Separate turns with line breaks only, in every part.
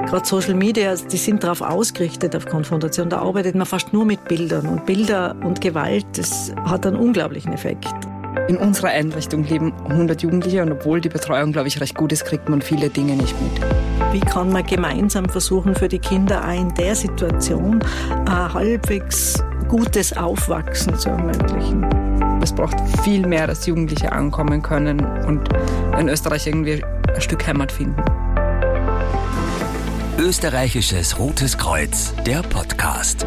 Gerade Social Media, die sind darauf ausgerichtet, auf Konfrontation. Da arbeitet man fast nur mit Bildern. Und Bilder und Gewalt, das hat einen unglaublichen Effekt.
In unserer Einrichtung leben 100 Jugendliche und obwohl die Betreuung, glaube ich, recht gut ist, kriegt man viele Dinge nicht mit.
Wie kann man gemeinsam versuchen, für die Kinder auch in der Situation ein halbwegs gutes Aufwachsen zu ermöglichen?
Es braucht viel mehr, dass Jugendliche ankommen können und in Österreich irgendwie ein Stück Heimat finden.
Österreichisches Rotes Kreuz, der Podcast.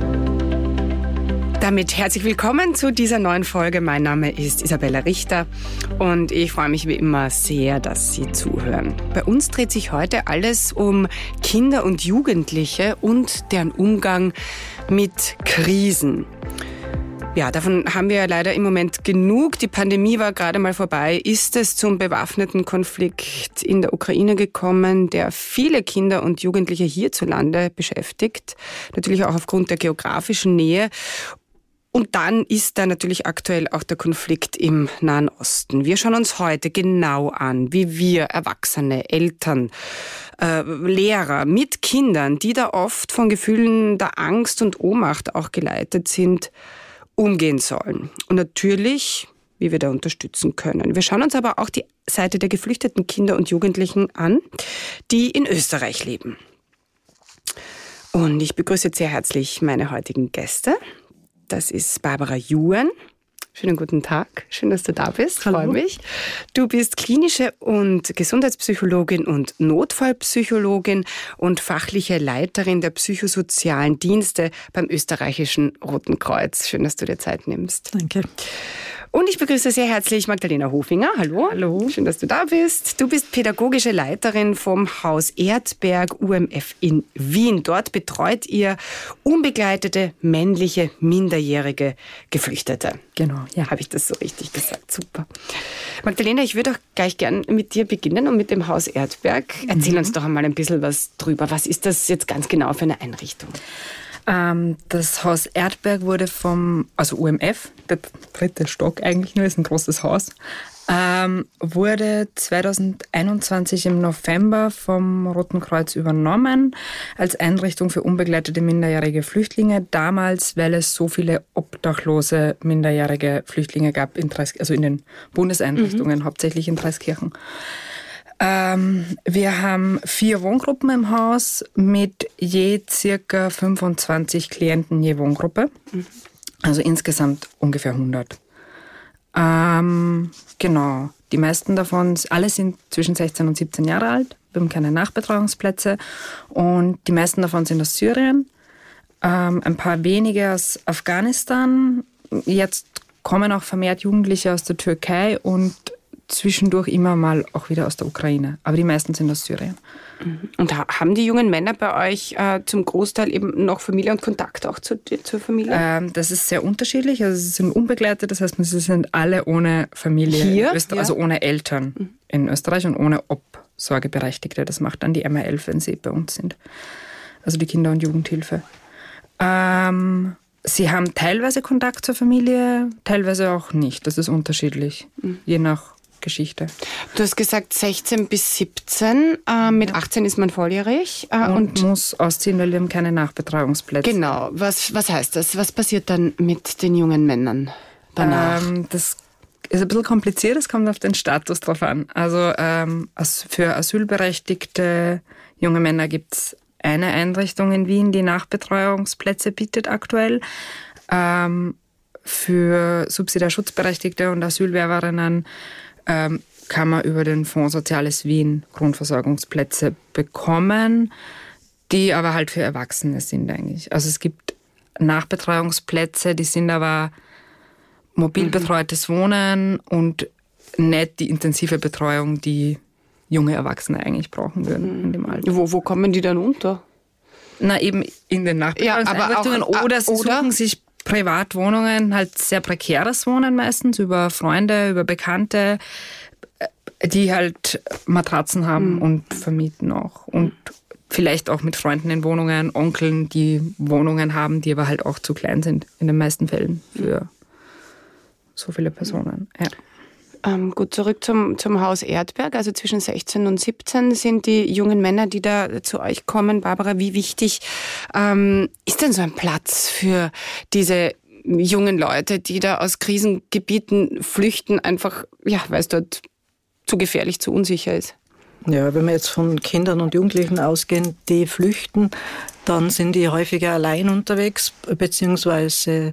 Damit herzlich willkommen zu dieser neuen Folge. Mein Name ist Isabella Richter und ich freue mich wie immer sehr, dass Sie zuhören. Bei uns dreht sich heute alles um Kinder und Jugendliche und deren Umgang mit Krisen. Ja, davon haben wir ja leider im Moment genug. Die Pandemie war gerade mal vorbei. Ist es zum bewaffneten Konflikt in der Ukraine gekommen, der viele Kinder und Jugendliche hierzulande beschäftigt. Natürlich auch aufgrund der geografischen Nähe. Und dann ist da natürlich aktuell auch der Konflikt im Nahen Osten. Wir schauen uns heute genau an, wie wir Erwachsene, Eltern, Lehrer mit Kindern, die da oft von Gefühlen der Angst und Ohnmacht auch geleitet sind, umgehen sollen. Und natürlich, wie wir da unterstützen können. Wir schauen uns aber auch die Seite der geflüchteten Kinder und Jugendlichen an, die in Österreich leben. Und ich begrüße sehr herzlich meine heutigen Gäste. Das ist Barbara Juhen. Schönen guten Tag. Schön, dass du da bist.
Hallo.
Freue mich. Du bist klinische und Gesundheitspsychologin und Notfallpsychologin und fachliche Leiterin der psychosozialen Dienste beim Österreichischen Roten Kreuz. Schön, dass du dir Zeit nimmst.
Danke.
Und ich begrüße sehr herzlich Magdalena Hofinger. Hallo.
Hallo.
Schön, dass du da bist. Du bist pädagogische Leiterin vom Haus Erdberg UMF in Wien. Dort betreut ihr unbegleitete männliche minderjährige Geflüchtete.
Genau, ja.
Habe ich das so richtig gesagt? Super. Magdalena, ich würde auch gleich gern mit dir beginnen und mit dem Haus Erdberg. Erzähl uns doch einmal ein bisschen was drüber. Was ist das jetzt ganz genau für eine Einrichtung?
Das Haus Erdberg wurde also UMF, der 3. Stock eigentlich nur, ist ein großes Haus, wurde 2021 im November vom Roten Kreuz übernommen als Einrichtung für unbegleitete minderjährige Flüchtlinge. Damals, weil es so viele obdachlose minderjährige Flüchtlinge gab, in den Bundeseinrichtungen, hauptsächlich in Dreiskirchen. Wir haben 4 Wohngruppen im Haus mit je circa 25 Klienten je Wohngruppe. Also insgesamt ungefähr 100. Genau. Die meisten davon, alle sind zwischen 16 und 17 Jahre alt. Wir haben keine Nachbetreuungsplätze. Und die meisten davon sind aus Syrien. Ein paar wenige aus Afghanistan. Jetzt kommen auch vermehrt Jugendliche aus der Türkei und zwischendurch immer mal auch wieder aus der Ukraine. Aber die meisten sind aus Syrien.
Und haben die jungen Männer bei euch zum Großteil eben noch Familie und Kontakt auch zur Familie?
Das ist sehr unterschiedlich. Also sie sind unbegleitet, das heißt, sie sind alle ohne Familie
Hier?
in Österreich, also ohne Eltern in Österreich und ohne Obsorgeberechtigte. Das macht dann die MA11, wenn sie bei uns sind. Also die Kinder- und Jugendhilfe. Sie haben teilweise Kontakt zur Familie, teilweise auch nicht. Das ist unterschiedlich, je nach Geschichte.
Du hast gesagt 16 bis 17. Mit 18 ist man volljährig.
Und muss ausziehen, weil wir haben keine Nachbetreuungsplätze.
Genau. Was heißt das? Was passiert dann mit den jungen Männern danach?
Das ist ein bisschen kompliziert, es kommt auf den Status drauf an. Also für asylberechtigte junge Männer gibt es eine Einrichtung in Wien, die Nachbetreuungsplätze bietet aktuell. Für subsidiär Schutzberechtigte und Asylbewerberinnen kann man über den Fonds Soziales Wien Grundversorgungsplätze bekommen, die aber halt für Erwachsene sind eigentlich. Also es gibt Nachbetreuungsplätze, die sind aber mobil betreutes Wohnen und nicht die intensive Betreuung, die junge Erwachsene eigentlich brauchen würden in dem Alter.
Wo kommen die dann unter?
Na, eben in den Nachbetreuungseinrichtungen. Oder sie suchen sich Privatwohnungen, halt sehr prekäres Wohnen meistens, über Freunde, über Bekannte, die halt Matratzen haben und vermieten auch. Und vielleicht auch mit Freunden in Wohnungen, Onkeln, die Wohnungen haben, die aber halt auch zu klein sind, in den meisten Fällen für so viele Personen. Ja.
Gut, zurück zum Haus Erdberg. Also zwischen 16 und 17 sind die jungen Männer, die da zu euch kommen. Barbara, wie wichtig ist denn so ein Platz für diese jungen Leute, die da aus Krisengebieten flüchten, einfach, ja, weil es dort zu gefährlich, zu unsicher ist?
Ja, wenn wir jetzt von Kindern und Jugendlichen ausgehen, die flüchten, dann sind die häufiger allein unterwegs, beziehungsweise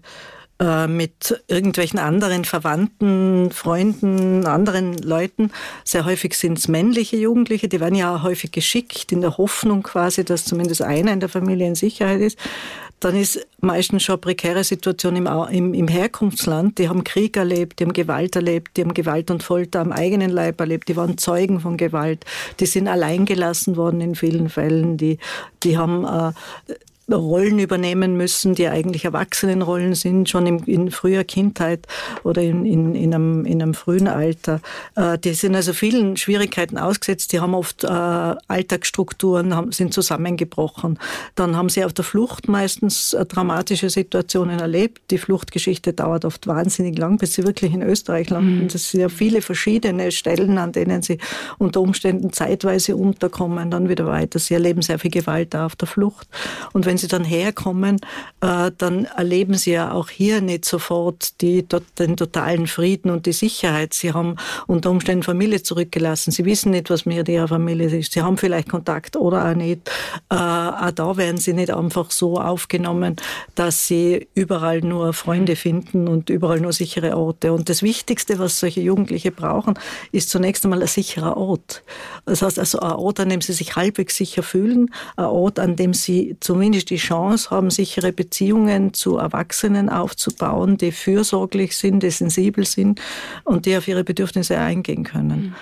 mit irgendwelchen anderen Verwandten, Freunden, anderen Leuten. Sehr häufig sind es männliche Jugendliche, die werden ja häufig geschickt in der Hoffnung quasi, dass zumindest einer in der Familie in Sicherheit ist. Dann ist meistens schon eine prekäre Situation im Herkunftsland. Die haben Krieg erlebt, die haben Gewalt erlebt, die haben Gewalt und Folter am eigenen Leib erlebt, die waren Zeugen von Gewalt, die sind allein gelassen worden in vielen Fällen, die haben Rollen übernehmen müssen, die eigentlich Erwachsenenrollen sind, schon in früher Kindheit oder in einem frühen Alter. Die sind also vielen Schwierigkeiten ausgesetzt. Die haben oft Alltagsstrukturen, sind zusammengebrochen. Dann haben sie auf der Flucht meistens dramatische Situationen erlebt. Die Fluchtgeschichte dauert oft wahnsinnig lang, bis sie wirklich in Österreich landen. Das sind ja viele verschiedene Stellen, an denen sie unter Umständen zeitweise unterkommen, dann wieder weiter. Sie erleben sehr viel Gewalt da auf der Flucht. Und wenn sie dann herkommen, dann erleben sie ja auch hier nicht sofort den totalen Frieden und die Sicherheit. Sie haben unter Umständen Familie zurückgelassen. Sie wissen nicht, was mit ihrer Familie ist. Sie haben vielleicht Kontakt oder auch nicht. Auch da werden sie nicht einfach so aufgenommen, dass sie überall nur Freunde finden und überall nur sichere Orte. Und das Wichtigste, was solche Jugendliche brauchen, ist zunächst einmal ein sicherer Ort. Das heißt also ein Ort, an dem sie sich halbwegs sicher fühlen, ein Ort, an dem sie zumindest die Chance haben, sichere Beziehungen zu Erwachsenen aufzubauen, die fürsorglich sind, die sensibel sind und die auf ihre Bedürfnisse eingehen können.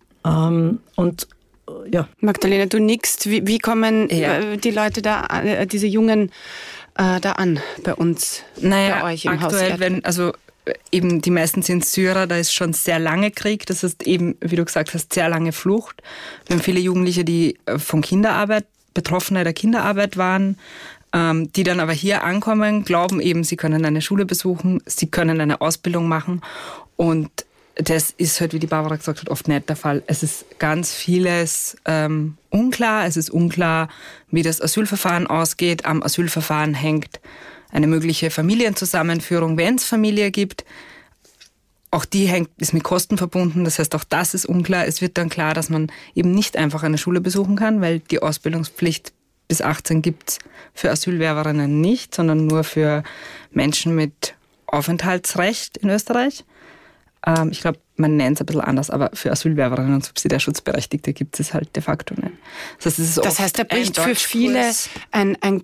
Und ja.
Magdalena, du nickst. Wie kommen die Leute da, diese Jungen da an bei uns, bei euch im Haus?
Aktuell, eben die meisten sind Syrer, da ist schon sehr lange Krieg, das heißt eben, wie du gesagt hast, sehr lange Flucht. Wir haben viele Jugendliche, die von Kinderarbeit, Betroffene der Kinderarbeit waren, die dann aber hier ankommen, glauben eben, sie können eine Schule besuchen, sie können eine Ausbildung machen und das ist halt, wie die Barbara gesagt hat, oft nicht der Fall. Es ist ganz vieles unklar. Es ist unklar, wie das Asylverfahren ausgeht. Am Asylverfahren hängt eine mögliche Familienzusammenführung, wenn es Familie gibt. Auch die ist mit Kosten verbunden. Das heißt, auch das ist unklar. Es wird dann klar, dass man eben nicht einfach eine Schule besuchen kann, weil die Ausbildungspflicht bis 18 gibt es für Asylwerberinnen nicht, sondern nur für Menschen mit Aufenthaltsrecht in Österreich. Ich glaube, man nennt es ein bisschen anders, aber für Asylwerberinnen und Subsidiärschutzberechtigte gibt es halt de facto nicht.
Das heißt, da bricht für viele eine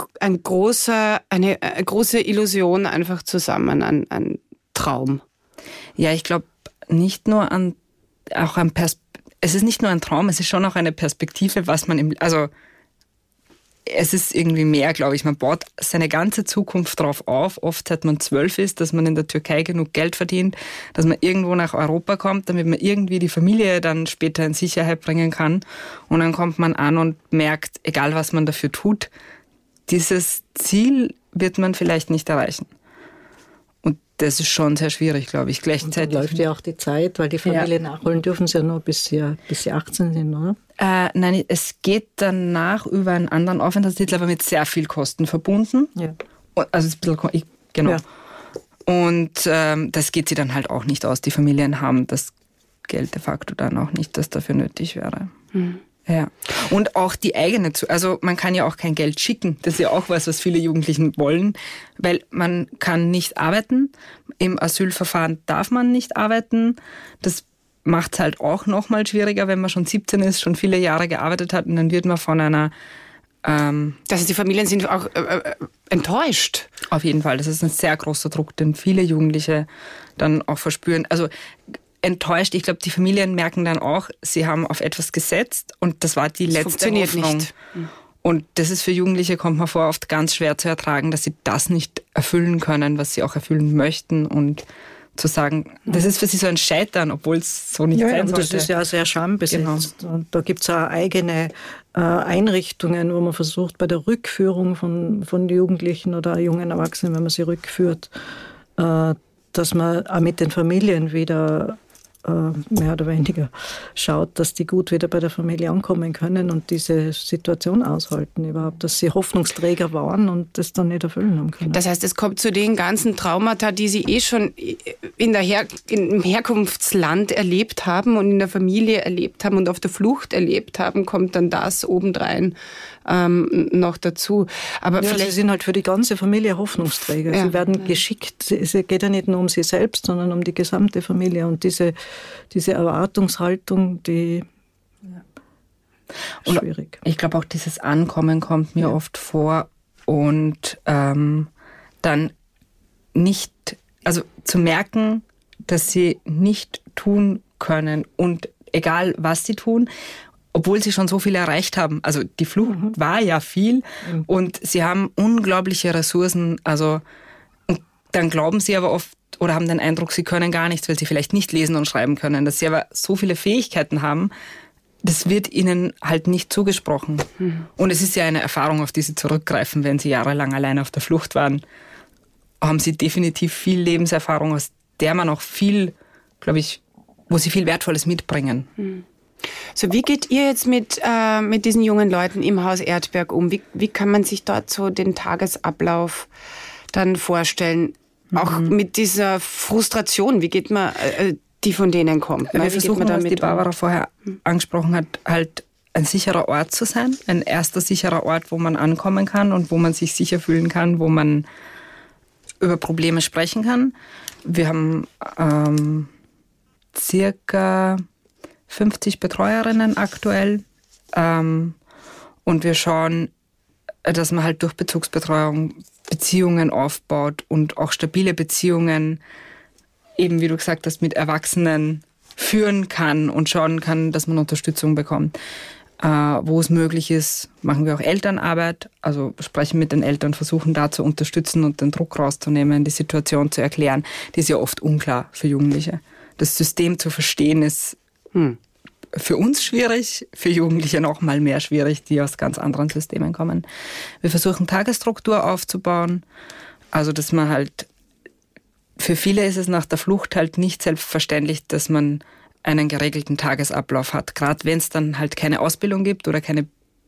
große Illusion einfach zusammen, ein Traum.
Ja, ich glaube nicht nur es ist nicht nur ein Traum, es ist schon auch eine Perspektive, was man es ist irgendwie mehr, glaube ich. Man baut seine ganze Zukunft drauf auf, oft seit man 12 ist, dass man in der Türkei genug Geld verdient, dass man irgendwo nach Europa kommt, damit man irgendwie die Familie dann später in Sicherheit bringen kann. Und dann kommt man an und merkt, egal was man dafür tut, dieses Ziel wird man vielleicht nicht erreichen. Und das ist schon sehr schwierig, glaube ich. Gleichzeitig
läuft ja auch die Zeit, weil die Familie nachholen dürfen sie ja nur bis sie 18 sind, oder?
Nein, es geht danach über einen anderen Aufenthaltstitel, aber mit sehr viel Kosten verbunden. Ja. Also es ist ein bisschen, genau. Ja. Und das geht sie dann halt auch nicht aus. Die Familien haben das Geld de facto dann auch nicht, das dafür nötig wäre. Ja. Und auch die eigene, also man kann ja auch kein Geld schicken. Das ist ja auch was viele Jugendlichen wollen, weil man kann nicht arbeiten. Im Asylverfahren darf man nicht arbeiten. Das macht es halt auch nochmal schwieriger, wenn man schon 17 ist, schon viele Jahre gearbeitet hat und dann wird man von einer...
Das heißt, die Familien sind auch enttäuscht.
Auf jeden Fall, das ist ein sehr großer Druck, den viele Jugendliche dann auch verspüren. Also enttäuscht, ich glaube, die Familien merken dann auch, sie haben auf etwas gesetzt und das war die letzte Hoffnung. Nicht. Und das ist für Jugendliche, kommt man vor, oft ganz schwer zu ertragen, dass sie das nicht erfüllen können, was sie auch erfüllen möchten und zu sagen, das ist für sie so ein Scheitern, obwohl es so nicht sein sollte.
Das ist ja sehr schambesetzt. Genau. Und da gibt es auch eigene Einrichtungen, wo man versucht, bei der Rückführung von Jugendlichen oder jungen Erwachsenen, wenn man sie rückführt, dass man auch mit den Familien wieder mehr oder weniger schaut, dass die gut wieder bei der Familie ankommen können und diese Situation aushalten überhaupt, dass sie Hoffnungsträger waren und das dann nicht erfüllen haben können.
Das heißt, es kommt zu den ganzen Traumata, die Sie schon im Herkunftsland erlebt haben und in der Familie erlebt haben und auf der Flucht erlebt haben, kommt dann das obendrein noch dazu. Aber
ja, sie sind halt für die ganze Familie Hoffnungsträger. Ja. Sie werden geschickt. Es geht ja nicht nur um sie selbst, sondern um die gesamte Familie. Und diese Erwartungshaltung, die ist schwierig.
Ich glaube auch dieses Ankommen kommt mir oft vor und dann nicht, also zu merken, dass sie nicht tun können und egal was sie tun, obwohl sie schon so viel erreicht haben. Also die Flucht war ja viel und sie haben unglaubliche Ressourcen. Also und dann glauben sie aber oft oder haben den Eindruck, sie können gar nichts, weil sie vielleicht nicht lesen und schreiben können. Dass sie aber so viele Fähigkeiten haben, das wird ihnen halt nicht zugesprochen. Und es ist ja eine Erfahrung, auf die sie zurückgreifen, wenn sie jahrelang alleine auf der Flucht waren. Haben sie definitiv viel Lebenserfahrung, aus der man auch viel, glaube ich, wo sie viel Wertvolles mitbringen.
So, wie geht ihr jetzt mit diesen jungen Leuten im Haus Erdberg um? Wie kann man sich dort so den Tagesablauf dann vorstellen? Auch mit dieser Frustration, wie geht man, die von denen kommt?
Wir versuchen, was die Barbara vorher angesprochen hat, halt ein sicherer Ort zu sein. Ein erster sicherer Ort, wo man ankommen kann und wo man sich sicher fühlen kann, wo man über Probleme sprechen kann. Wir haben circa 50 Betreuerinnen aktuell und wir schauen, dass man halt durch Bezugsbetreuung Beziehungen aufbaut und auch stabile Beziehungen, eben wie du gesagt hast, mit Erwachsenen führen kann und schauen kann, dass man Unterstützung bekommt. Wo es möglich ist, machen wir auch Elternarbeit, also sprechen mit den Eltern, versuchen da zu unterstützen und den Druck rauszunehmen, die Situation zu erklären. Die ist ja oft unklar für Jugendliche. Das System zu verstehen ist für uns schwierig, für Jugendliche noch mal mehr schwierig, die aus ganz anderen Systemen kommen. Wir versuchen Tagesstruktur aufzubauen, also dass man halt, für viele ist es nach der Flucht halt nicht selbstverständlich, dass man einen geregelten Tagesablauf hat, gerade wenn es dann halt keine Ausbildung gibt oder keine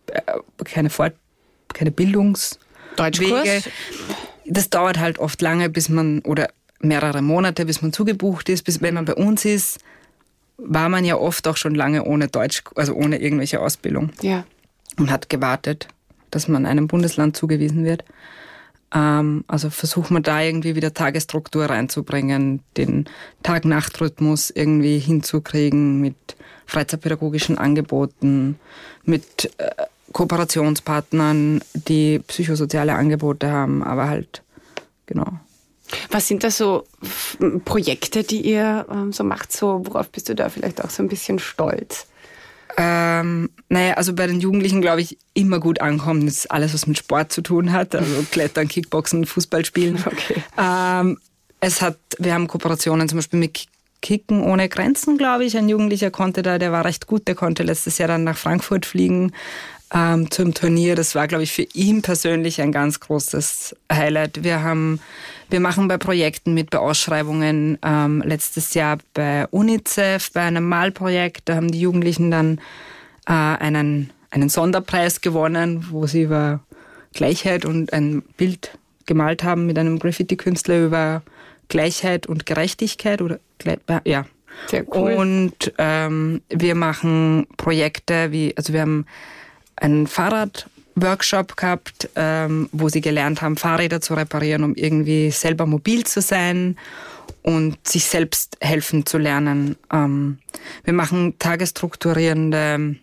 Bildungswege. Das dauert halt oft lange, bis man, oder mehrere Monate, bis man zugebucht ist, bis wenn man bei uns ist, war man ja oft auch schon lange ohne Deutsch, also ohne irgendwelche Ausbildung. Ja. Und hat gewartet, dass man einem Bundesland zugewiesen wird. Also versucht man da irgendwie wieder Tagesstruktur reinzubringen, den Tag-Nacht-Rhythmus irgendwie hinzukriegen mit freizeitpädagogischen Angeboten, mit Kooperationspartnern, die psychosoziale Angebote haben, aber halt, genau.
Was sind da so Projekte, die ihr so macht? So, worauf bist du da vielleicht auch so ein bisschen stolz?
Naja, also bei den Jugendlichen, glaube ich, immer gut ankommen, ist alles, was mit Sport zu tun hat. Also Klettern, Kickboxen, Fußball spielen. Okay. Wir haben Kooperationen zum Beispiel mit Kicken ohne Grenzen, glaube ich. Ein Jugendlicher der war recht gut, der konnte letztes Jahr dann nach Frankfurt fliegen zum Turnier. Das war, glaube ich, für ihn persönlich ein ganz großes Highlight. Wir machen bei Projekten mit, bei Ausschreibungen. Letztes Jahr bei UNICEF, bei einem Malprojekt, da haben die Jugendlichen dann einen Sonderpreis gewonnen, wo sie über Gleichheit und ein Bild gemalt haben mit einem Graffiti-Künstler über Gleichheit und Gerechtigkeit. Ja.
Sehr cool.
Und wir machen Projekte wir haben einen Fahrradworkshop gehabt, wo sie gelernt haben, Fahrräder zu reparieren, um irgendwie selber mobil zu sein und sich selbst helfen zu lernen. Wir machen tagesstrukturierende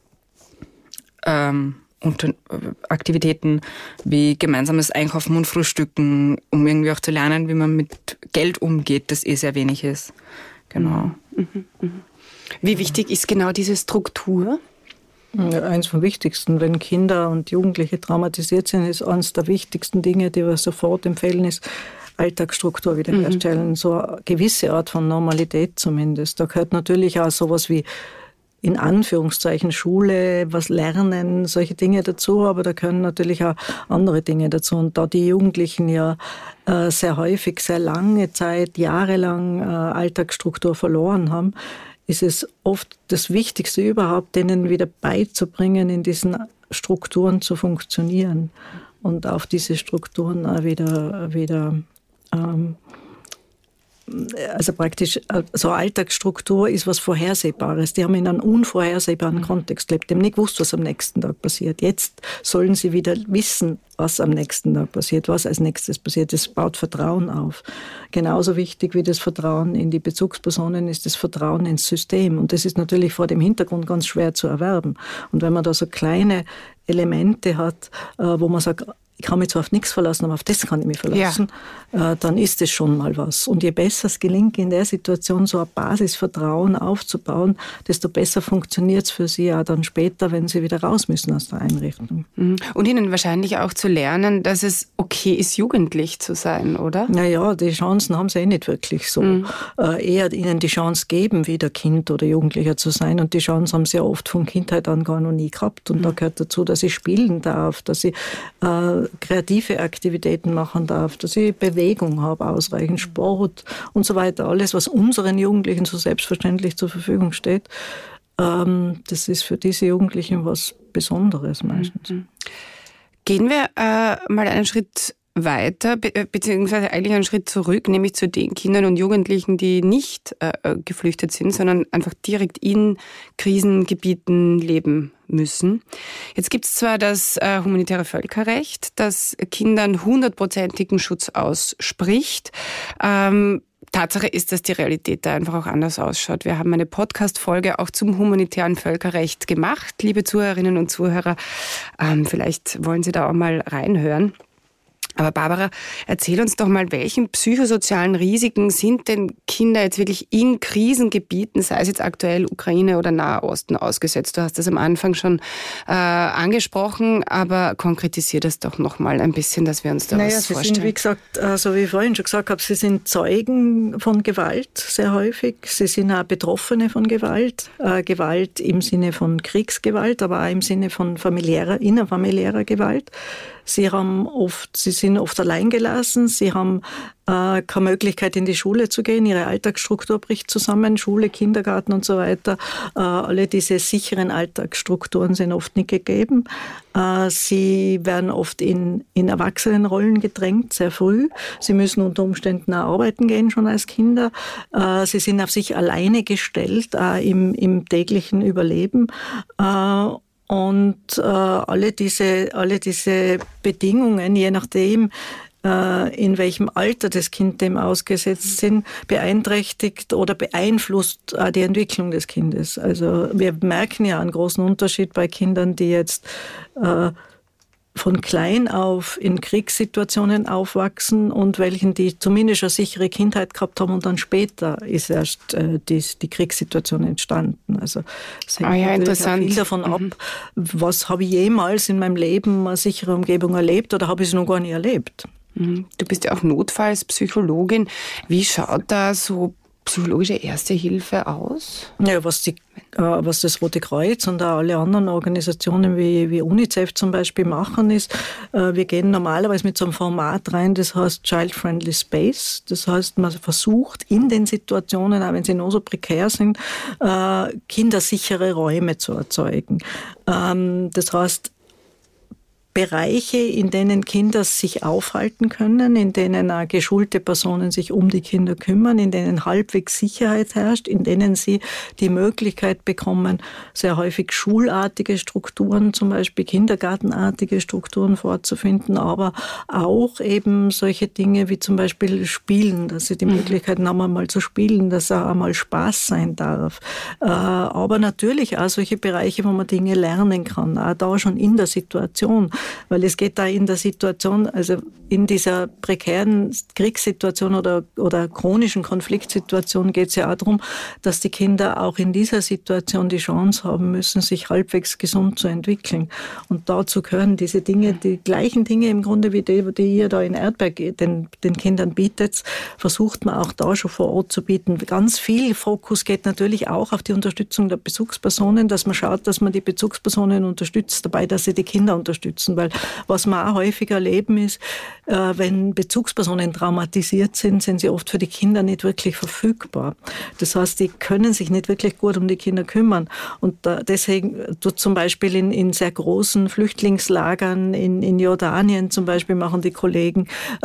Aktivitäten wie gemeinsames Einkaufen und Frühstücken, um irgendwie auch zu lernen, wie man mit Geld umgeht, das sehr wenig ist. Genau.
Wie wichtig ist genau diese Struktur?
Ja, eins vom Wichtigsten, wenn Kinder und Jugendliche traumatisiert sind, ist eines der wichtigsten Dinge, die wir sofort empfehlen, ist Alltagsstruktur wiederherstellen, so eine gewisse Art von Normalität zumindest. Da gehört natürlich auch sowas wie in Anführungszeichen Schule, was lernen, solche Dinge dazu, aber da können natürlich auch andere Dinge dazu. Und da die Jugendlichen ja sehr häufig, sehr lange Zeit, jahrelang Alltagsstruktur verloren haben, ist es oft das Wichtigste überhaupt, denen wieder beizubringen, in diesen Strukturen zu funktionieren und auf diese Strukturen auch wieder also praktisch, so Alltagsstruktur ist was Vorhersehbares. Die haben in einem unvorhersehbaren Kontext gelebt. Die haben nicht gewusst, was am nächsten Tag passiert. Jetzt sollen sie wieder wissen, was am nächsten Tag passiert, was als nächstes passiert. Das baut Vertrauen auf. Genauso wichtig wie das Vertrauen in die Bezugspersonen ist das Vertrauen ins System. Und das ist natürlich vor dem Hintergrund ganz schwer zu erwerben. Und wenn man da so kleine Elemente hat, wo man sagt, ich kann mich zwar auf nichts verlassen, aber auf das kann ich mich verlassen, dann ist es schon mal was. Und je besser es gelingt, in der Situation so ein Basisvertrauen aufzubauen, desto besser funktioniert es für sie auch dann später, wenn sie wieder raus müssen aus der Einrichtung.
Und ihnen wahrscheinlich auch zu lernen, dass es okay ist, jugendlich zu sein, oder?
Naja, die Chancen haben sie nicht wirklich so. Eher ihnen die Chance geben, wieder Kind oder Jugendlicher zu sein. Und die Chance haben sie ja oft von Kindheit an gar noch nie gehabt. Und da gehört dazu, dass ich spielen darf, dass ich kreative Aktivitäten machen darf, dass ich Bewegung habe, ausreichend Sport und so weiter. Alles, was unseren Jugendlichen so selbstverständlich zur Verfügung steht, das ist für diese Jugendlichen was Besonderes meistens.
Gehen wir mal einen Schritt weiter, beziehungsweise eigentlich einen Schritt zurück, nämlich zu den Kindern und Jugendlichen, die nicht geflüchtet sind, sondern einfach direkt in Krisengebieten leben müssen. Jetzt gibt es zwar das humanitäre Völkerrecht, das Kindern 100%igen Schutz ausspricht. Tatsache ist, dass die Realität da einfach auch anders ausschaut. Wir haben eine Podcast-Folge auch zum humanitären Völkerrecht gemacht, liebe Zuhörerinnen und Zuhörer. Vielleicht wollen Sie da auch mal reinhören. Aber Barbara, erzähl uns doch mal, welchen psychosozialen Risiken sind denn Kinder jetzt wirklich in Krisengebieten, sei es jetzt aktuell Ukraine oder Nahe Osten, ausgesetzt? Du hast das am Anfang schon angesprochen, aber konkretisier das doch noch mal ein bisschen, dass wir uns da was vorstellen.
Sie sind, wie gesagt, so wie ich vorhin schon gesagt habe, sie sind Zeugen von Gewalt sehr häufig. Sie sind auch Betroffene von Gewalt. Gewalt im Sinne von Kriegsgewalt, aber auch im Sinne von innerfamiliärer Gewalt. Sie sind oft alleingelassen, sie haben keine Möglichkeit, in die Schule zu gehen, ihre Alltagsstruktur bricht zusammen, Schule, Kindergarten und so weiter. Alle diese sicheren Alltagsstrukturen sind oft nicht gegeben. Sie werden oft in Erwachsenenrollen gedrängt, sehr früh. Sie müssen unter Umständen auch arbeiten gehen, schon als Kinder. Sie sind auf sich alleine gestellt, im täglichen Überleben. Und alle diese Bedingungen, je nachdem, in welchem Alter das Kind dem ausgesetzt sind, beeinträchtigt oder beeinflusst die Entwicklung des Kindes. Also wir merken ja einen großen Unterschied bei Kindern, die jetzt von klein auf in Kriegssituationen aufwachsen und welchen, die zumindest eine sichere Kindheit gehabt haben und dann später ist erst die Kriegssituation entstanden. Also es hängt
interessant.
Viel davon ab, was habe ich jemals in meinem Leben eine sichere Umgebung erlebt oder habe ich es noch gar nicht erlebt.
Du bist ja auch Notfallspsychologin. Wie schaut da so psychologische Erste Hilfe aus?
Ja, was das Rote Kreuz und auch alle anderen Organisationen wie UNICEF zum Beispiel machen, ist, wir gehen normalerweise mit so einem Format rein, das heißt Child-Friendly Space. Das heißt, man versucht in den Situationen, auch wenn sie noch so prekär sind, kindersichere Räume zu erzeugen. Das heißt, Bereiche, in denen Kinder sich aufhalten können, in denen geschulte Personen sich um die Kinder kümmern, in denen halbwegs Sicherheit herrscht, in denen sie die Möglichkeit bekommen, sehr häufig schulartige Strukturen, zum Beispiel kindergartenartige Strukturen vorzufinden, aber auch eben solche Dinge wie zum Beispiel Spielen, dass sie die Möglichkeit haben, einmal zu spielen, dass auch einmal Spaß sein darf. Aber natürlich auch solche Bereiche, wo man Dinge lernen kann, auch da schon in der Situation. weil es geht da in der Situation, also in dieser prekären Kriegssituation oder chronischen Konfliktsituation geht es ja auch darum, dass die Kinder auch in dieser Situation die Chance haben müssen, sich halbwegs gesund zu entwickeln. Und dazu gehören diese Dinge, die gleichen Dinge im Grunde, wie die ihr da in Erdberg den Kindern bietet, versucht man auch da schon vor Ort zu bieten. Ganz viel Fokus geht natürlich auch auf die Unterstützung der Bezugspersonen, dass man schaut, dass man die Bezugspersonen unterstützt, dabei, dass sie die Kinder unterstützen. Weil was wir auch häufig erleben ist, wenn Bezugspersonen traumatisiert sind, sind sie oft für die Kinder nicht wirklich verfügbar. Das heißt, die können sich nicht wirklich gut um die Kinder kümmern. Und deswegen tut zum Beispiel in sehr großen Flüchtlingslagern in Jordanien zum Beispiel machen die Kollegen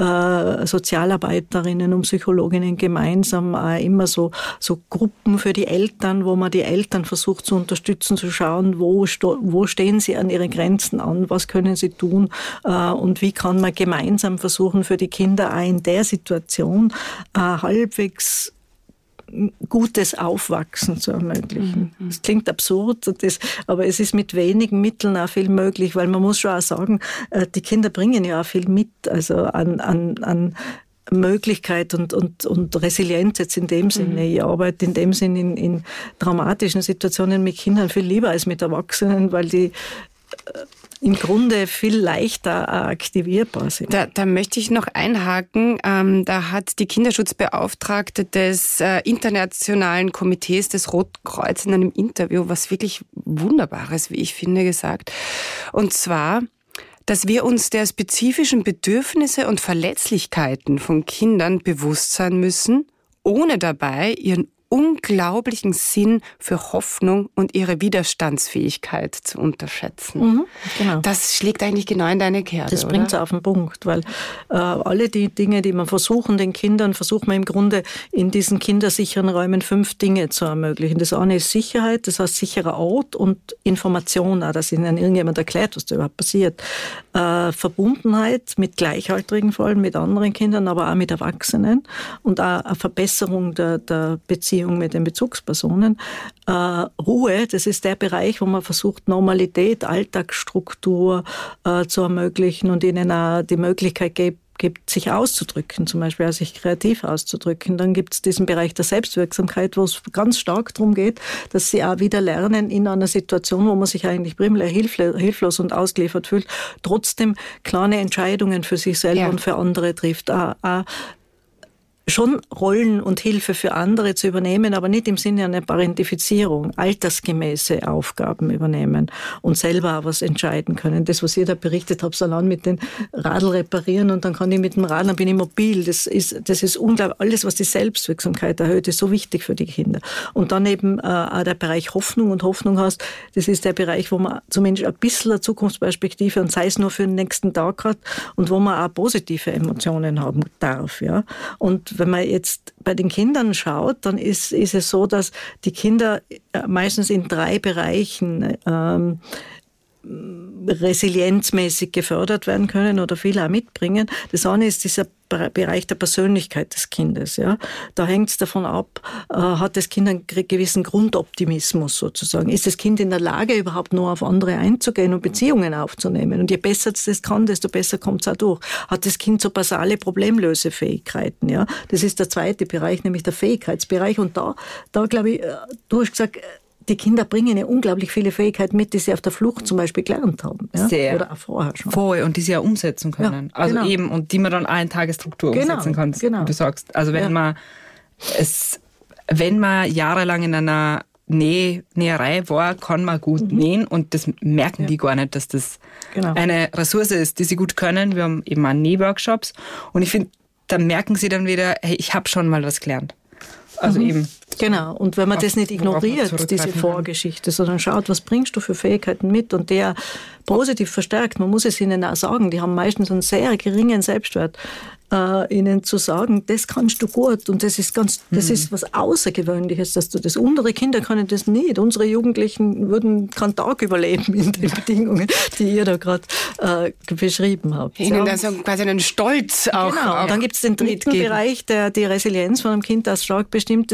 Sozialarbeiterinnen und Psychologinnen gemeinsam immer so Gruppen für die Eltern, wo man die Eltern versucht zu unterstützen, zu schauen, wo stehen sie an ihre Grenzen an, was können sie tun und wie kann man gemeinsam versuchen, für die Kinder auch in der Situation halbwegs gutes Aufwachsen zu ermöglichen. Das klingt absurd, aber es ist mit wenigen Mitteln auch viel möglich, weil man muss schon auch sagen, die Kinder bringen ja auch viel mit, also an Möglichkeit und Resilienz jetzt in dem Sinne. Ich arbeite in dem Sinne in traumatischen Situationen mit Kindern viel lieber als mit Erwachsenen, weil die im Grunde viel leichter aktivierbar sind.
Da möchte ich noch einhaken. Da hat die Kinderschutzbeauftragte des Internationalen Komitees des Rotkreuz in einem Interview was wirklich Wunderbares, wie ich finde, gesagt. Und zwar, dass wir uns der spezifischen Bedürfnisse und Verletzlichkeiten von Kindern bewusst sein müssen, ohne dabei ihren unglaublichen Sinn für Hoffnung und ihre Widerstandsfähigkeit zu unterschätzen.
Genau.
Das schlägt eigentlich genau in deine Kerbe,
das bringt es auf den Punkt, weil alle die Dinge, die man den Kindern versucht man im Grunde in diesen kindersicheren Räumen 5 Dinge zu ermöglichen. Das eine ist Sicherheit, das heißt sicherer Ort und Information, auch, dass ihnen irgendjemand erklärt, was da überhaupt passiert. Verbundenheit mit Gleichaltrigen, vor allem mit anderen Kindern, aber auch mit Erwachsenen und auch eine Verbesserung der Beziehung mit den Bezugspersonen. Ruhe, das ist der Bereich, wo man versucht, Normalität, Alltagsstruktur zu ermöglichen und ihnen auch die Möglichkeit gibt, sich auszudrücken, zum Beispiel sich kreativ auszudrücken. Dann gibt es diesen Bereich der Selbstwirksamkeit, wo es ganz stark darum geht, dass sie auch wieder lernen, in einer Situation, wo man sich eigentlich primär hilflos und ausgeliefert fühlt, trotzdem kleine Entscheidungen für sich selber und für andere trifft. Schon Rollen und Hilfe für andere zu übernehmen, aber nicht im Sinne einer Parentifizierung, altersgemäße Aufgaben übernehmen und selber auch was entscheiden können. Das, was ihr da berichtet habt, so lange mit den Radl reparieren und dann kann ich mit dem Radl, dann bin ich mobil. Das ist unglaublich. Alles, was die Selbstwirksamkeit erhöht, ist so wichtig für die Kinder. Und dann eben auch der Bereich Hoffnung und Hoffnung hast, das ist der Bereich, wo man zumindest ein bisschen eine Zukunftsperspektive und sei es nur für den nächsten Tag hat und wo man auch positive Emotionen haben darf. Ja. Und wenn man jetzt bei den Kindern schaut, dann ist es so, dass die Kinder meistens in 3 Bereichen resilienzmäßig gefördert werden können oder viel auch mitbringen. Das eine ist dieser Bereich der Persönlichkeit des Kindes. Ja. Da hängt es davon ab, hat das Kind einen gewissen Grundoptimismus sozusagen. Ist das Kind in der Lage, überhaupt nur auf andere einzugehen und Beziehungen aufzunehmen? Und je besser es das kann, desto besser kommt es auch durch. Hat das Kind so basale Problemlösefähigkeiten? Ja. Das ist der zweite Bereich, nämlich der Fähigkeitsbereich. Und da glaube ich, du hast gesagt, die Kinder bringen ja unglaublich viele Fähigkeiten mit, die sie auf der Flucht zum Beispiel gelernt haben. Ja?
Sehr.
Oder auch vorher schon.
Voll, und die sie ja umsetzen können. Ja, also eben, und die man dann auch in Tagesstruktur umsetzen kann, wie du sagst. Also wenn man jahrelang in einer Näherei war, kann man gut nähen und das merken die gar nicht, dass das eine Ressource ist, die sie gut können. Wir haben eben auch Nähworkshops und ich finde, da merken sie dann wieder, hey, ich habe schon mal was gelernt. Also eben.
Genau, und wenn man das nicht ignoriert, diese Vorgeschichte, sondern schaut, was bringst du für Fähigkeiten mit und der positiv verstärkt, man muss es ihnen auch sagen, die haben meistens einen sehr geringen Selbstwert, ihnen zu sagen, das kannst du gut und das ist was Außergewöhnliches, dass du das. Andere Kinder können das nicht. Unsere Jugendlichen würden keinen Tag überleben in den Bedingungen, die ihr da gerade beschrieben habt.
Ihnen da so quasi einen Stolz auch.
Genau, und dann gibt es den dritten Bereich, der die Resilienz von einem Kind als stark bestimmt. Das ist der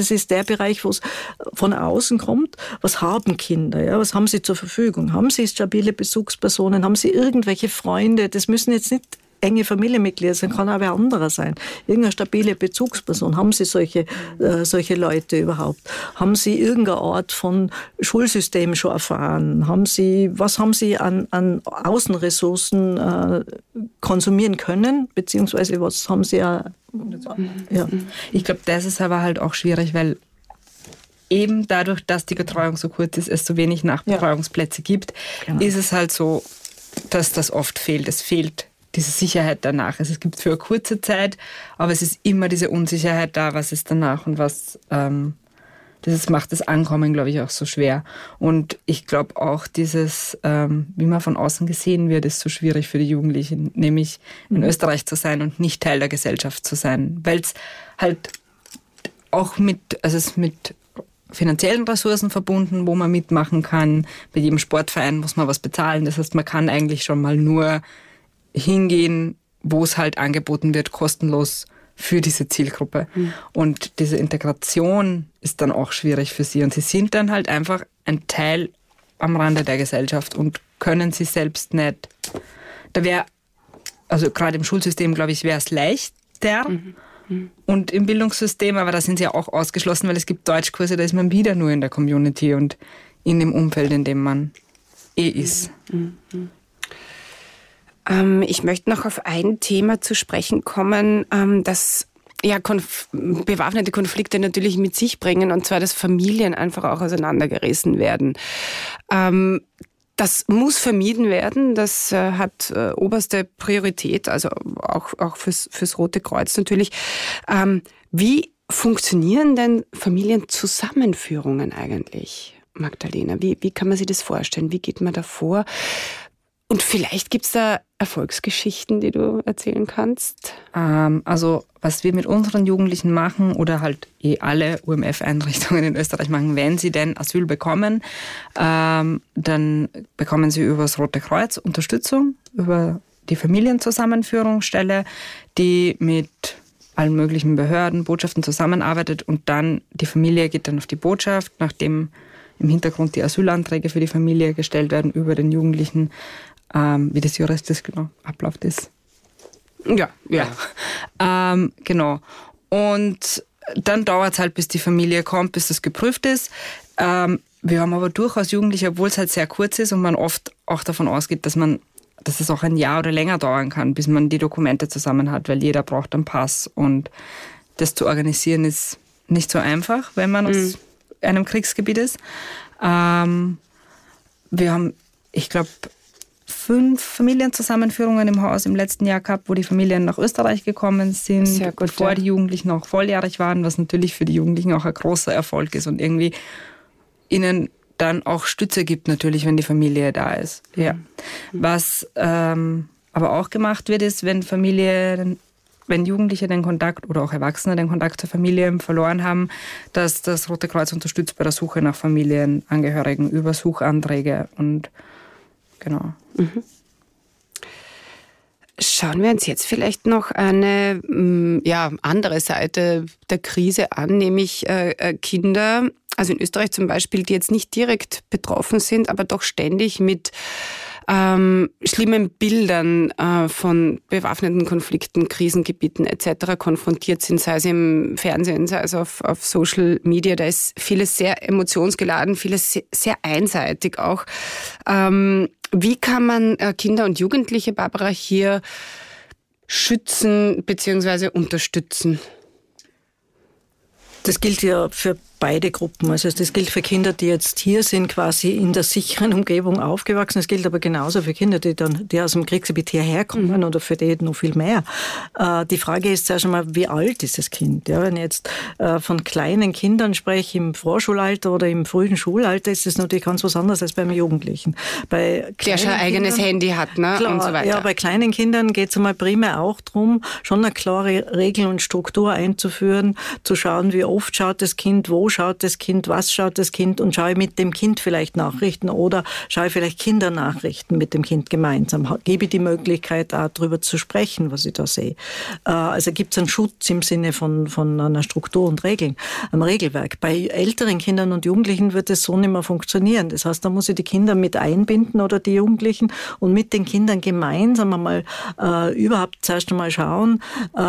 Bereich, wo es von außen kommt. Was haben Kinder? Ja? Was haben sie zur Verfügung? Haben sie stabile Bezugspersonen? Haben sie irgendwelche Freunde? Das müssen jetzt nicht enge Familienmitglieder sein, kann auch wer anderer sein. Irgendeine stabile Bezugsperson. Haben Sie solche Leute überhaupt? Haben Sie irgendeine Art von Schulsystem schon erfahren? Was haben Sie an Außenressourcen konsumieren können? Beziehungsweise was haben Sie ja.
Ich glaube, das ist aber halt auch schwierig, weil eben dadurch, dass die Betreuung so kurz ist, es so wenig Nachbetreuungsplätze gibt, ist es halt so, dass das oft fehlt. Es fehlt diese Sicherheit danach. Also es gibt für eine kurze Zeit, aber es ist immer diese Unsicherheit da, was ist danach und was, das macht das Ankommen, glaube ich, auch so schwer. Und ich glaube auch dieses, wie man von außen gesehen wird, ist so schwierig für die Jugendlichen, nämlich in Österreich zu sein und nicht Teil der Gesellschaft zu sein, weil es halt auch mit finanziellen Ressourcen verbunden, wo man mitmachen kann. Bei jedem Sportverein muss man was bezahlen. Das heißt, man kann eigentlich schon mal nur hingehen, wo es halt angeboten wird, kostenlos für diese Zielgruppe. Und diese Integration ist dann auch schwierig für sie. Und sie sind dann halt einfach ein Teil am Rande der Gesellschaft und können sie selbst nicht. Also gerade im Schulsystem, glaube ich, wäre es leichter. Und im Bildungssystem, aber da sind sie ja auch ausgeschlossen, weil es gibt Deutschkurse, da ist man wieder nur in der Community und in dem Umfeld, in dem man ist.
Ich möchte noch auf ein Thema zu sprechen kommen, das bewaffnete Konflikte natürlich mit sich bringen, und zwar, dass Familien einfach auch auseinandergerissen werden. Das muss vermieden werden, das hat oberste Priorität, also auch fürs Rote Kreuz natürlich. Wie funktionieren denn Familienzusammenführungen eigentlich, Magdalena? Wie kann man sich das vorstellen? Wie geht man da vor? Und vielleicht gibt es da Erfolgsgeschichten, die du erzählen kannst?
Also was wir mit unseren Jugendlichen machen oder halt alle UMF-Einrichtungen in Österreich machen, wenn sie denn Asyl bekommen, dann bekommen sie über das Rote Kreuz Unterstützung, über die Familienzusammenführungsstelle, die mit allen möglichen Behörden, Botschaften zusammenarbeitet, und dann die Familie geht dann auf die Botschaft, nachdem im Hintergrund die Asylanträge für die Familie gestellt werden über den Jugendlichen, wie das juristisch genau abläuft ist. Ja. Genau. Und dann dauert es halt, bis die Familie kommt, bis das geprüft ist. Wir haben aber durchaus Jugendliche, obwohl es halt sehr kurz ist und man oft auch davon ausgeht, dass es auch ein Jahr oder länger dauern kann, bis man die Dokumente zusammen hat, weil jeder braucht einen Pass, und das zu organisieren ist nicht so einfach, wenn man aus einem Kriegsgebiet ist. Wir haben, ich glaube, 5 Familienzusammenführungen im Haus im letzten Jahr gehabt, wo die Familien nach Österreich gekommen sind, bevor die Jugendlichen auch volljährig waren, was natürlich für die Jugendlichen auch ein großer Erfolg ist und irgendwie ihnen dann auch Stütze gibt, natürlich, wenn die Familie da ist. Ja. Was aber auch gemacht wird, ist, wenn Jugendliche den Kontakt oder auch Erwachsene den Kontakt zur Familie verloren haben, dass das Rote Kreuz unterstützt bei der Suche nach Familienangehörigen über Suchanträge und genau.
Schauen wir uns jetzt vielleicht noch eine andere Seite der Krise an, nämlich Kinder, also in Österreich zum Beispiel, die jetzt nicht direkt betroffen sind, aber doch ständig mit schlimmen Bildern von bewaffneten Konflikten, Krisengebieten etc. konfrontiert sind, sei es im Fernsehen, sei es auf Social Media. Da ist vieles sehr emotionsgeladen, vieles sehr einseitig auch. Wie kann man Kinder und Jugendliche, Barbara, hier schützen bzw. unterstützen?
Das gilt ja für beide Gruppen. Also das gilt für Kinder, die jetzt hier sind, quasi in der sicheren Umgebung aufgewachsen. Es gilt aber genauso für Kinder, die aus dem Kriegsgebiet hierher kommen oder für die noch viel mehr. Die Frage ist zuerst einmal, wie alt ist das Kind? Ja, wenn ich jetzt von kleinen Kindern spreche, im Vorschulalter oder im frühen Schulalter, ist das natürlich ganz was anderes als beim Jugendlichen.
Der schon ein eigenes Handy hat, ne?
Klar,
und so weiter.
Ja, bei kleinen Kindern geht es einmal primär auch darum, schon eine klare Regel und Struktur einzuführen, zu schauen, wie oft schaut das Kind wo schaut das Kind, was schaut das Kind und schaue mit dem Kind vielleicht Nachrichten oder schaue vielleicht Kindernachrichten mit dem Kind gemeinsam. Gebe die Möglichkeit, auch darüber zu sprechen, was ich da sehe. Also gibt es einen Schutz im Sinne von einer Struktur und Regeln, einem Regelwerk. Bei älteren Kindern und Jugendlichen wird es so nicht mehr funktionieren. Das heißt, da muss ich die Kinder mit einbinden oder die Jugendlichen und mit den Kindern gemeinsam einmal überhaupt zuerst einmal schauen,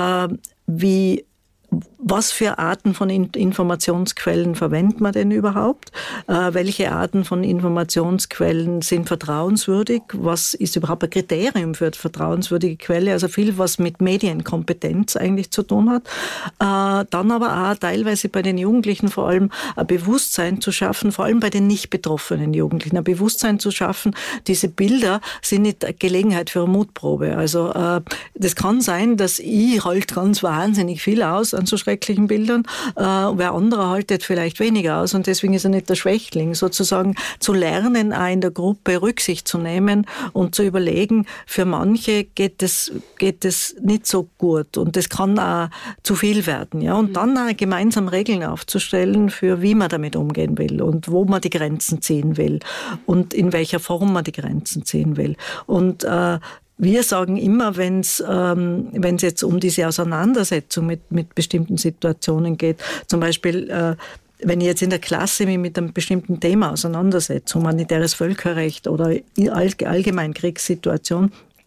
was für Arten von Informationsquellen verwendet man denn überhaupt? Welche Arten von Informationsquellen sind vertrauenswürdig? Was ist überhaupt ein Kriterium für eine vertrauenswürdige Quelle? Also viel, was mit Medienkompetenz eigentlich zu tun hat. Dann aber auch teilweise bei den Jugendlichen vor allem ein Bewusstsein zu schaffen, vor allem bei den nicht betroffenen Jugendlichen, ein Bewusstsein zu schaffen, diese Bilder sind nicht eine Gelegenheit für eine Mutprobe. Also das kann sein, dass ich halt ganz wahnsinnig viel aus an so schrecklichen Bildern, wer andere haltet vielleicht weniger aus und deswegen ist er nicht der Schwächling. Sozusagen zu lernen, auch in der Gruppe Rücksicht zu nehmen und zu überlegen, für manche geht es nicht so gut und das kann auch zu viel werden. Ja? Und dann auch gemeinsam Regeln aufzustellen, für wie man damit umgehen will und wo man die Grenzen ziehen will und in welcher Form man die Grenzen ziehen will. Und wir sagen immer, wenn es jetzt um diese Auseinandersetzung mit bestimmten Situationen geht, zum Beispiel wenn ich jetzt in der Klasse mich mit einem bestimmten Thema auseinandersetze, humanitäres Völkerrecht oder allgemein Kriegssituation,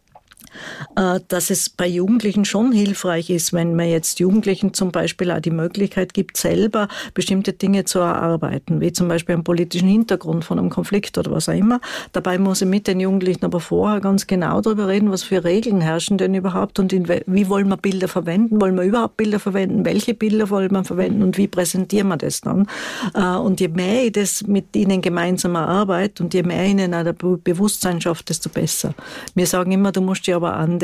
dass es bei Jugendlichen schon hilfreich ist, wenn man jetzt Jugendlichen zum Beispiel auch die Möglichkeit gibt, selber bestimmte Dinge zu erarbeiten, wie zum Beispiel einen politischen Hintergrund von einem Konflikt oder was auch immer. Dabei muss ich mit den Jugendlichen aber vorher ganz genau darüber reden, was für Regeln herrschen denn überhaupt und wie wollen wir Bilder verwenden? Wollen wir überhaupt Bilder verwenden? Welche Bilder wollen wir verwenden und wie präsentieren wir das dann? Und je mehr ich das mit ihnen gemeinsam erarbeite und je mehr ihnen auch der Bewusstsein schafft, desto besser. Wir sagen immer, du musst dich aber an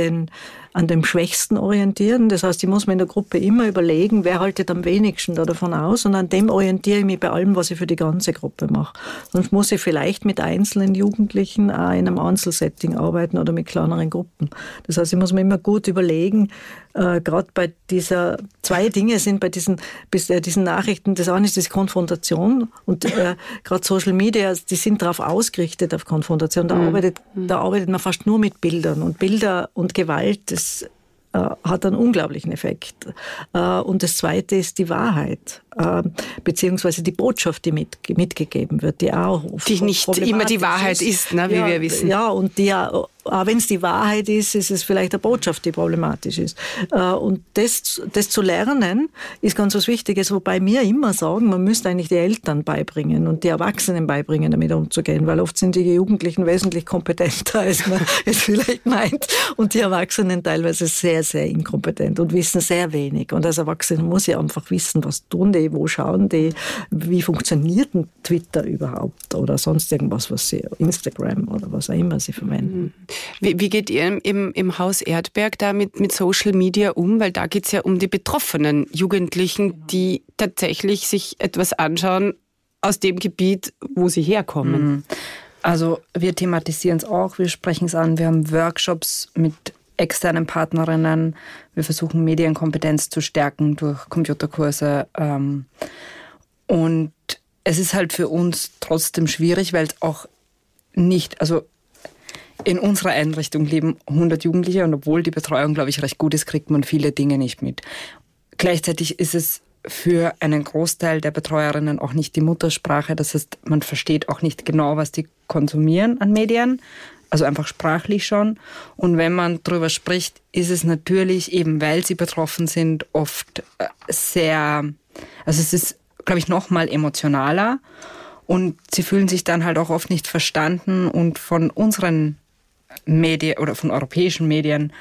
dem Schwächsten orientieren. Das heißt, ich muss mir in der Gruppe immer überlegen, wer haltet am wenigsten davon aus und an dem orientiere ich mich bei allem, was ich für die ganze Gruppe mache. Sonst muss ich vielleicht mit einzelnen Jugendlichen auch in einem Einzelsetting arbeiten oder mit kleineren Gruppen. Das heißt, ich muss mir immer gut überlegen, gerade bei dieser, zwei Dinge sind bei diesen Nachrichten, das eine ist die Konfrontation und gerade Social Media, die sind darauf ausgerichtet, auf Konfrontation. Da arbeitet man fast nur mit Bildern und Bilder und Gewalt, das hat einen unglaublichen Effekt. Und das Zweite ist die Wahrheit, beziehungsweise die Botschaft, die mitgegeben wird, die auch
die nicht immer die Wahrheit ist, ne, wie wir wissen.
Ja, und die auch wenn es die Wahrheit ist, ist es vielleicht eine Botschaft, die problematisch ist. Und das zu lernen, ist ganz was Wichtiges, wobei wir immer sagen, man müsste eigentlich die Eltern beibringen und die Erwachsenen beibringen, damit umzugehen, weil oft sind die Jugendlichen wesentlich kompetenter, als man es vielleicht meint und die Erwachsenen teilweise sehr, sehr inkompetent und wissen sehr wenig. Und als Erwachsene muss ich einfach wissen, was tun die, wo schauen die, wie funktioniert ein Twitter überhaupt oder sonst irgendwas, was sie, Instagram oder was auch immer sie verwenden.
Wie geht ihr im Haus Erdberg da mit Social Media um? Weil da geht es ja um die betroffenen Jugendlichen, die tatsächlich sich etwas anschauen aus dem Gebiet, wo sie herkommen.
Also wir thematisieren es auch, wir sprechen es an, wir haben Workshops mit externen Partnerinnen, wir versuchen Medienkompetenz zu stärken durch Computerkurse und es ist halt für uns trotzdem schwierig, weil es auch nicht, also in unserer Einrichtung leben 100 Jugendliche und obwohl die Betreuung, glaube ich, recht gut ist, kriegt man viele Dinge nicht mit. Gleichzeitig ist es für einen Großteil der Betreuerinnen auch nicht die Muttersprache. Das heißt, man versteht auch nicht genau, was die konsumieren an Medien, also einfach sprachlich schon. Und wenn man darüber spricht, ist es natürlich eben, weil sie betroffen sind, oft sehr, also es ist, glaube ich, noch mal emotionaler und sie fühlen sich dann halt auch oft nicht verstanden und von unseren Medien oder von europäischen Medien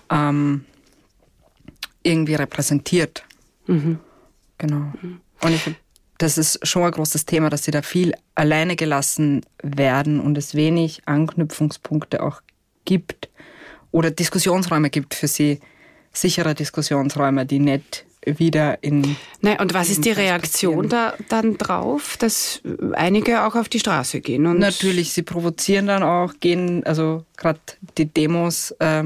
irgendwie repräsentiert. Genau. Und ich finde, das ist schon ein großes Thema, dass sie da viel alleine gelassen werden und es wenig Anknüpfungspunkte auch gibt oder Diskussionsräume gibt für sie, sichere Diskussionsräume, die nicht wieder in...
Nein, und was ist die Reaktion da dann drauf, dass einige auch auf die Straße gehen? Und
natürlich, sie provozieren dann auch, gehen, also gerade die Demos,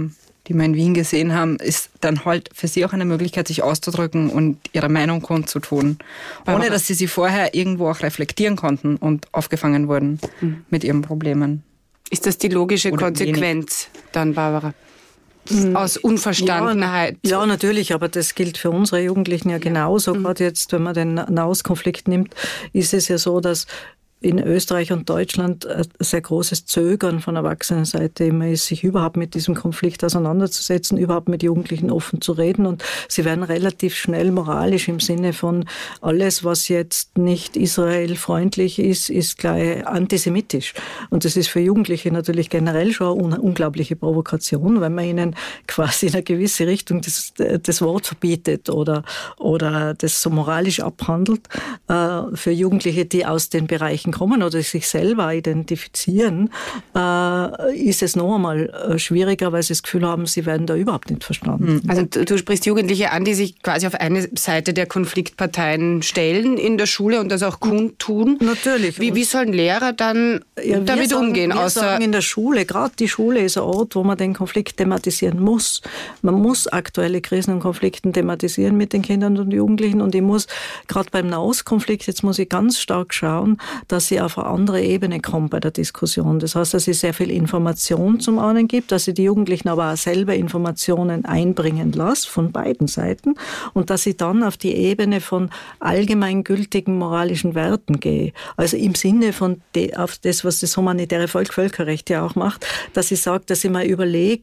die wir in Wien gesehen haben, ist dann halt für sie auch eine Möglichkeit, sich auszudrücken und ihre Meinung kundzutun, ohne dass sie vorher irgendwo auch reflektieren konnten und aufgefangen wurden mit ihren Problemen.
Ist das die logische Konsequenz dann, Barbara? Aus Unverstandenheit?
Ja, natürlich, aber das gilt für unsere Jugendlichen ja genauso. Gerade jetzt, wenn man den Nahostkonflikt nimmt, ist es ja so, dass in Österreich und Deutschland ein sehr großes Zögern von Erwachsenenseite immer ist, sich überhaupt mit diesem Konflikt auseinanderzusetzen, überhaupt mit Jugendlichen offen zu reden. Und sie werden relativ schnell moralisch im Sinne von alles, was jetzt nicht israelfreundlich ist, ist gleich antisemitisch. Und das ist für Jugendliche natürlich generell schon eine unglaubliche Provokation, weil man ihnen quasi in eine gewisse Richtung das Wort verbietet oder das so moralisch abhandelt. Für Jugendliche, die aus den Bereichen kommen oder sich selber identifizieren, ist es noch einmal schwieriger, weil sie das Gefühl haben, sie werden da überhaupt nicht verstanden.
Also du sprichst Jugendliche an, die sich quasi auf eine Seite der Konfliktparteien stellen in der Schule und das auch kundtun.
Natürlich.
Wie sollen Lehrer dann damit umgehen?
Wir sagen in der Schule, gerade die Schule ist ein Ort, wo man den Konflikt thematisieren muss. Man muss aktuelle Krisen und Konflikte thematisieren mit den Kindern und Jugendlichen und ich muss, gerade beim Nahostkonflikt, jetzt muss ich ganz stark schauen, dass sie auf eine andere Ebene kommt bei der Diskussion. Das heißt, dass es sehr viel Information zum einen gibt, dass sie die Jugendlichen aber auch selber Informationen einbringen lassen, von beiden Seiten, und dass sie dann auf die Ebene von allgemeingültigen moralischen Werten gehe. Also im Sinne von auf das, was das humanitäre Völkerrecht ja auch macht, dass ich sage, dass ich mir überlege,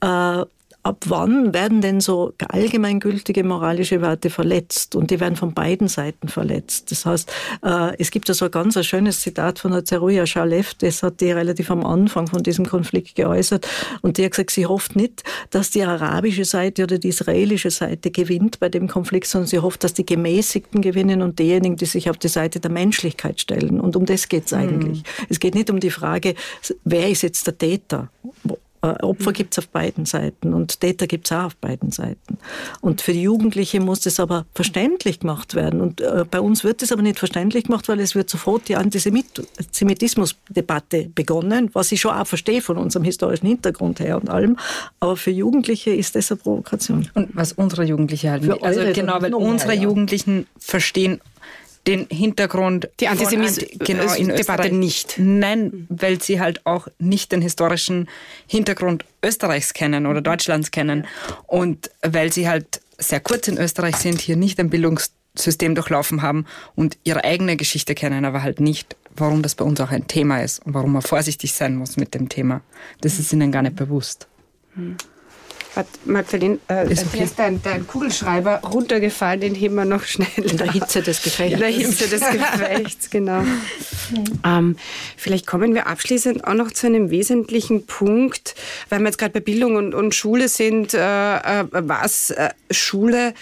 ab wann werden denn so allgemeingültige moralische Werte verletzt? Und die werden von beiden Seiten verletzt. Das heißt, es gibt ja so ein ganz schönes Zitat von der Zeruja Shalev, das hat die relativ am Anfang von diesem Konflikt geäußert. Und die hat gesagt, sie hofft nicht, dass die arabische Seite oder die israelische Seite gewinnt bei dem Konflikt, sondern sie hofft, dass die Gemäßigten gewinnen und diejenigen, die sich auf die Seite der Menschlichkeit stellen. Und um das geht es eigentlich. Es geht nicht um die Frage, wer ist jetzt der Täter? Opfer gibt es auf beiden Seiten und Täter gibt es auch auf beiden Seiten. Und für die Jugendliche muss das aber verständlich gemacht werden. Und bei uns wird das aber nicht verständlich gemacht, weil es wird sofort die Antisemitismusdebatte begonnen, was ich schon auch verstehe von unserem historischen Hintergrund her und allem. Aber für Jugendliche ist das eine Provokation.
Und was unsere Jugendliche halt nicht. Also genau, weil unsere Jugendlichen verstehen den Hintergrund
die Antisemitismus-Debatte nicht.
Nein, weil sie halt auch nicht den historischen Hintergrund Österreichs kennen oder Deutschlands kennen und weil sie halt sehr kurz in Österreich sind, hier nicht ein Bildungssystem durchlaufen haben und ihre eigene Geschichte kennen, aber halt nicht, warum das bei uns auch ein Thema ist und warum man vorsichtig sein muss mit dem Thema. Das ist ihnen gar nicht bewusst.
Magdalene, ist dein Kugelschreiber runtergefallen, den heben wir noch schnell.
In der Hitze des Gefechts.
In der Hitze des Gefechts, genau. Vielleicht kommen wir abschließend auch noch zu einem wesentlichen Punkt, weil wir jetzt gerade bei Bildung und Schule sind, was Schule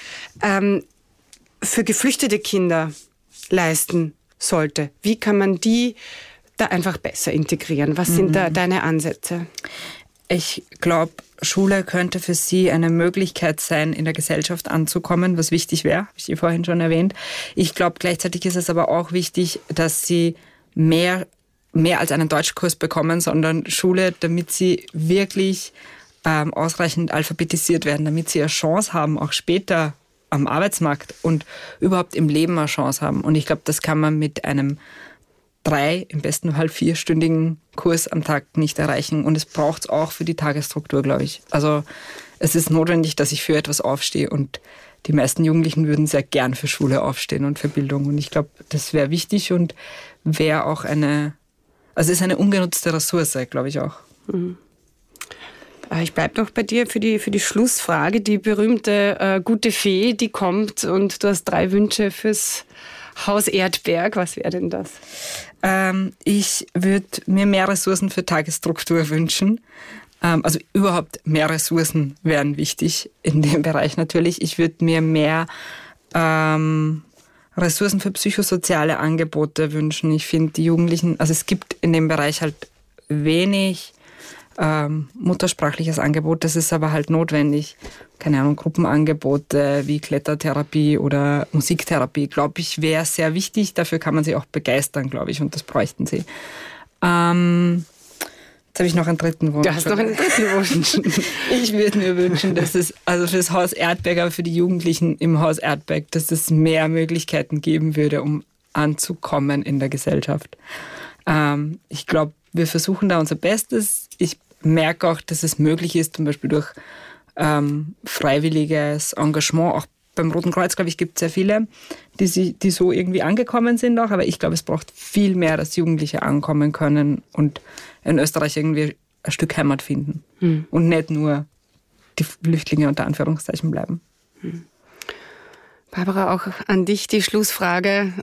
für geflüchtete Kinder leisten sollte. Wie kann man die da einfach besser integrieren? Was sind da deine Ansätze?
Ich glaube, Schule könnte für sie eine Möglichkeit sein, in der Gesellschaft anzukommen, was wichtig wäre, habe ich vorhin schon erwähnt. Ich glaube, gleichzeitig ist es aber auch wichtig, dass sie mehr als einen Deutschkurs bekommen, sondern Schule, damit sie wirklich ausreichend alphabetisiert werden, damit sie eine Chance haben, auch später am Arbeitsmarkt und überhaupt im Leben eine Chance haben. Und ich glaube, das kann man mit einem 3, im besten Fall 4-stündigen Kurs am Tag nicht erreichen. Und es braucht es auch für die Tagesstruktur, glaube ich. Also es ist notwendig, dass ich für etwas aufstehe. Und die meisten Jugendlichen würden sehr gern für Schule aufstehen und für Bildung. Und ich glaube, das wäre wichtig und wäre auch es ist eine ungenutzte Ressource, glaube ich auch.
Ich bleibe noch bei dir für die Schlussfrage. Die berühmte gute Fee, die kommt und du hast 3 Wünsche fürs Haus Erdberg. Was wäre denn das?
Ich würde mir mehr Ressourcen für Tagesstruktur wünschen. Also überhaupt mehr Ressourcen wären wichtig in dem Bereich natürlich. Ich würde mir mehr Ressourcen für psychosoziale Angebote wünschen. Ich finde die Jugendlichen, also es gibt in dem Bereich halt wenig muttersprachliches Angebot, das ist aber halt notwendig. Keine Ahnung, Gruppenangebote wie Klettertherapie oder Musiktherapie, glaube ich, wäre sehr wichtig. Dafür kann man sie auch begeistern, glaube ich, und das bräuchten sie. Jetzt habe ich noch einen dritten Wunsch.
Du hast noch einen dritten Wunsch.
Ich würde mir wünschen, dass es, also für das Haus Erdberg, aber für die Jugendlichen im Haus Erdberg, dass es mehr Möglichkeiten geben würde, um anzukommen in der Gesellschaft. Ich glaube, wir versuchen da unser Bestes. Ich merke auch, dass es möglich ist, zum Beispiel durch freiwilliges Engagement. Auch beim Roten Kreuz, glaube ich, gibt es sehr viele, die so irgendwie angekommen sind auch. Aber ich glaube, es braucht viel mehr, dass Jugendliche ankommen können und in Österreich irgendwie ein Stück Heimat finden. Und nicht nur die Flüchtlinge unter Anführungszeichen bleiben.
Barbara, auch an dich die Schlussfrage.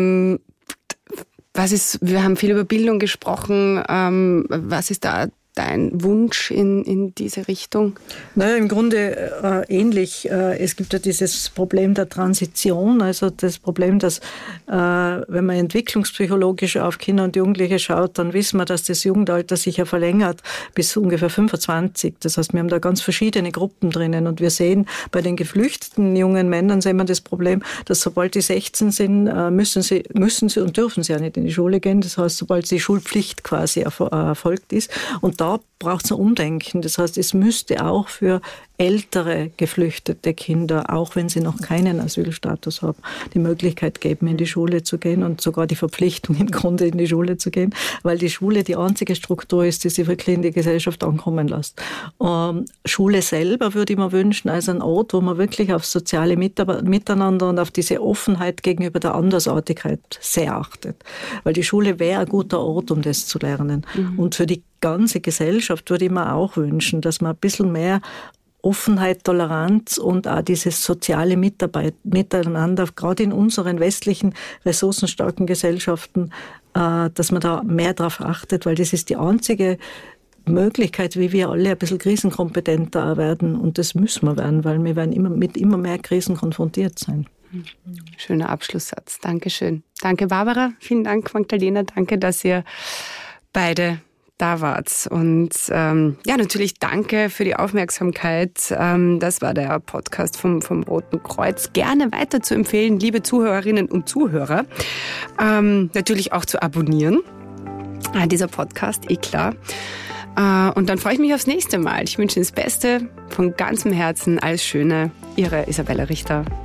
Wir haben viel über Bildung gesprochen. Was ist da dein Wunsch in diese Richtung?
Naja, im Grunde ähnlich. Es gibt ja dieses Problem der Transition, also das Problem, dass wenn man entwicklungspsychologisch auf Kinder und Jugendliche schaut, dann wissen wir, dass das Jugendalter sich ja verlängert bis ungefähr 25. Das heißt, wir haben da ganz verschiedene Gruppen drinnen und wir sehen bei den geflüchteten jungen Männern sehen wir das Problem, dass sobald die 16 sind, müssen sie und dürfen sie ja nicht in die Schule gehen. Das heißt, sobald die Schulpflicht quasi erfolgt ist und da braucht es ein Umdenken. Das heißt, es müsste auch für ältere geflüchtete Kinder, auch wenn sie noch keinen Asylstatus haben, die Möglichkeit geben, in die Schule zu gehen und sogar die Verpflichtung im Grunde in die Schule zu gehen, weil die Schule die einzige Struktur ist, die sie wirklich in die Gesellschaft ankommen lässt. Schule selber würde ich mir wünschen als ein Ort, wo man wirklich auf soziale Miteinander und auf diese Offenheit gegenüber der Andersartigkeit sehr achtet. Weil die Schule wäre ein guter Ort, um das zu lernen. Und für die ganze Gesellschaft würde ich mir auch wünschen, dass man ein bisschen mehr Offenheit, Toleranz und auch dieses soziale Miteinander, gerade in unseren westlichen, ressourcenstarken Gesellschaften, dass man da mehr darauf achtet, weil das ist die einzige Möglichkeit, wie wir alle ein bisschen krisenkompetenter werden. Und das müssen wir werden, weil wir werden mit immer mehr Krisen konfrontiert sein.
Schöner Abschlusssatz. Dankeschön. Danke, Barbara. Vielen Dank, Magdalena. Danke, dass ihr beide da wart's. Und natürlich danke für die Aufmerksamkeit. Das war der Podcast vom Roten Kreuz. Gerne weiter zu empfehlen, liebe Zuhörerinnen und Zuhörer. Natürlich auch zu abonnieren. Dieser Podcast, klar. Und dann freue ich mich aufs nächste Mal. Ich wünsche Ihnen das Beste von ganzem Herzen. Alles Schöne. Ihre Isabella Richter.